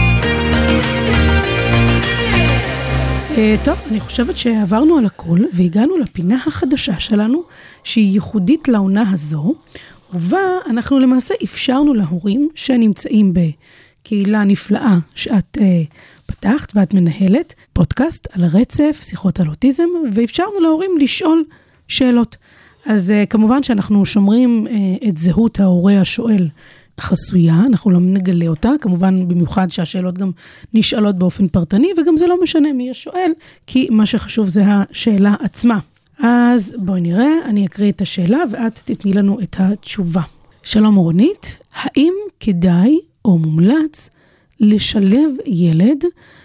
טוב, אני חושבת שעברנו על הכל, והגענו לפינה החדשה שלנו, שהיא ייחודית לעונה הזו, ובה אנחנו למעשה אפשרנו להורים שנמצאים בקהילה נפלאה, שאת פתחת ואת מנהלת, פודקאסט על הרצף, שיחות על אוטיזם, ואפשרנו להורים לשאול שאלות. אז כמובן שאנחנו שומרים את זהות ההורה השואל חסויה, אנחנו לא נגלה אותה, כמובן במיוחד שהשאלות גם נשאלות באופן פרטני, וגם זה לא משנה מי השואל, כי מה שחשוב זה השאלה עצמה. אז בואי נראה, אני אקריא את השאלה, ואת תתני לנו את התשובה. שלום רונית, האם כדאי או מומלץ לשלב ילד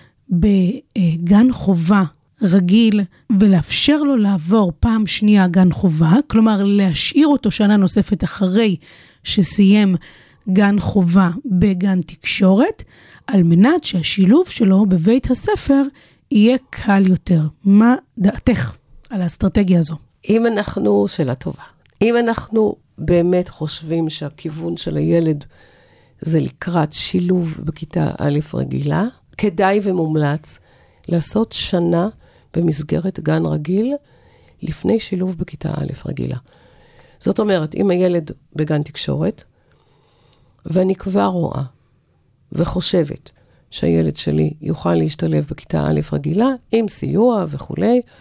בגן חובה רגיל, ולאפשר לו לעבור פעם שנייה גן חובה, כלומר להשאיר אותו שנה נוספת אחרי שסיים גן חובה בגן תקשורת, על מנת שהשילוב שלו בבית הספר יהיה קל יותר. מה דעתך על האסטרטגיה הזו? שאלה טובה. אם אנחנו באמת חושבים שהכיוון של הילד זה לקראת שילוב בכיתה א' רגילה, כדאי ומומלץ לעשות שנה במסגרת גן רגיל לפני שילוב בכיתה א' רגילה. זאת אומרת, אם הילד בגן תקשורת, ואני כבר רואה וחושבת שהילד שלי יוכל להשתלב בכיתה א' רגילה, עם סיוע וכו',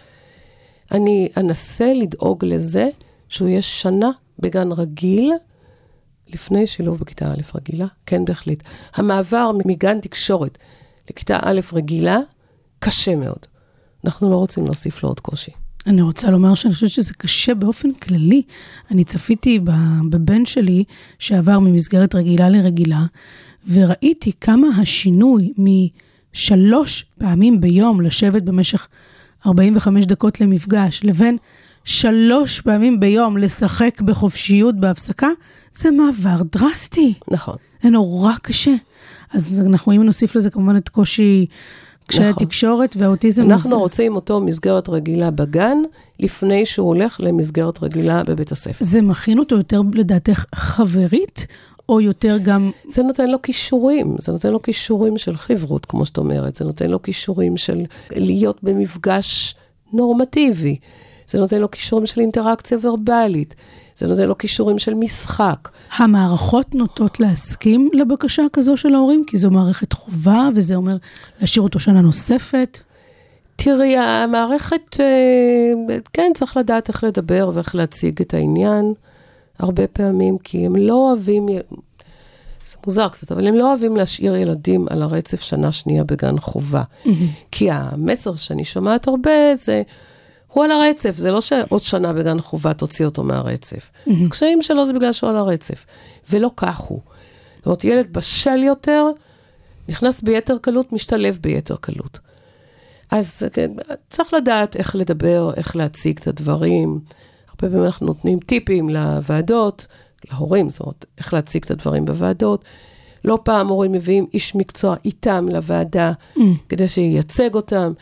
אני אנסה לדאוג לזה שהוא יהיה שנה בגן רגיל, לפני שילוב בכיתה א' רגילה. כן, בהחליט. המעבר מגן תקשורת לכיתה א' רגילה, קשה מאוד. אנחנו לא רוצים להוסיף לו עוד קושי. אני רוצה לומר שאני חושבת שזה קשה באופן כללי. אני צפיתי בבן שלי שעבר ממסגרת רגילה לרגילה, וראיתי כמה השינוי מ3 פעמים ביום לשבת במשך 45 דקות למפגש, לבין 3 פעמים ביום לשחק בחופשיות בהפסקה, זה מעבר דרסטי. נכון. זה נורא קשה. אז אנחנו אם נוסיף לזה כמובן את קושי כשהתקשורת והאוטיזם... אנחנו רוצים אותו מסגרת רגילה בגן, לפני שהוא הולך למסגרת רגילה בבית הספר. זה מכין אותו יותר לדעתך חברית, או יותר גם... זה נותן לו כישורים, זה נותן לו כישורים של חברות, כמו שאת אומרת, זה נותן לו כישורים של להיות במפגש נורמטיבי, זה נותן לו כישורים של אינטראקציה ורבלית, זה נותן לו כישורים של משחק. המערכות נוטות להסכים לבקשה כזו של ההורים, כי זו מערכת חובה, וזה אומר להשאיר אותו שנה נוספת. תראי, המערכת, כן, צריך לדעת איך לדבר ואיך להציג את העניין, הרבה פעמים, כי הם לא אוהבים, זה מוזר קצת, אבל הם לא אוהבים להשאיר ילדים על הרצף שנה שנייה בגן חובה. כי המסר שאני שומעת הרבה זה... הוא על הרצף, זה לא שעוד שנה בגן חובה תוציא אותו מהרצף. הקשיים שלו זה בגלל שהוא על הרצף. ולא כך הוא. זאת אומרת, ילד בשל יותר, נכנס ביתר קלות, משתלב ביתר קלות. אז צריך לדעת איך לדבר, איך להציג את הדברים. הרבה פעמים אנחנו נותנים טיפים לוועדות, להורים, זאת אומרת, איך להציג את הדברים בוועדות. לא פעם הורים מביאים איש מקצוע איתם לוועדה, כדי שייצג אותם.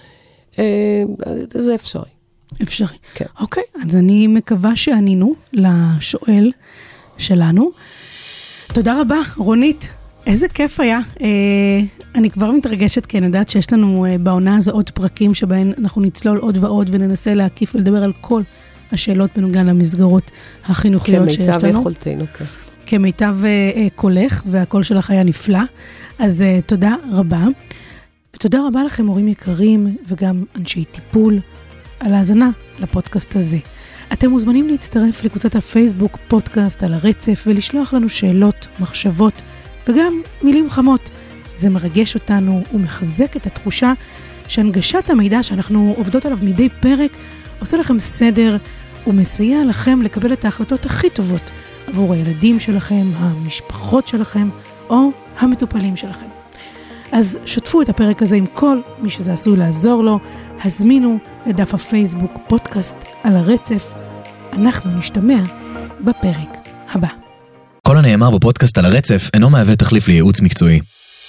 זה אפשרי. אפשרי. כן. אוקיי, אז אני מקווה שענינו לשואל שלנו. תודה רבה, רונית. איזה כיף היה. אני כבר מתרגשת, כי אני יודעת שיש לנו בעונה הזו עוד פרקים שבהן אנחנו נצלול עוד ועוד וננסה להקיף ולדבר על כל השאלות בנוגע למסגרות החינוכיות שיש לנו. כמיטב יכולתנו, כן. כמיטב קולך, והקול שלך היה נפלא. אז תודה רבה. ותודה רבה לכם, הורים יקרים וגם אנשי טיפול, על ההאזנה לפודקאסט הזה. אתם מוזמנים להצטרף לקבוצת הפייסבוק פודקאסט על הרצף ולשלוח לנו שאלות, מחשבות וגם מילים חמות. זה מרגש אותנו ומחזק את התחושה שהנגשת המידע שאנחנו עובדות עליו מדי פרק עושה לכם סדר ומסייע לכם לקבל את ההחלטות הכי טובות עבור הילדים שלכם, המשפחות שלכם או המטופלים שלכם. אז שתפו את הפרק הזה עם כל מי שזה עשוי לעזור לו, הזמינו לדף הפייסבוק פודקאסט על הרצף. אנחנו נשתמע בפרק הבא. כל הנאמר בפודקאסט על הרצף אינו מהווה תחליף לייעוץ מקצועי.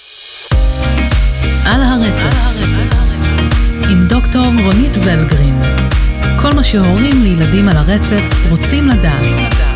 על הרצף עם דוקטור רונית ולגרין. כל מה שהורים לילדים על הרצף רוצים לדעת.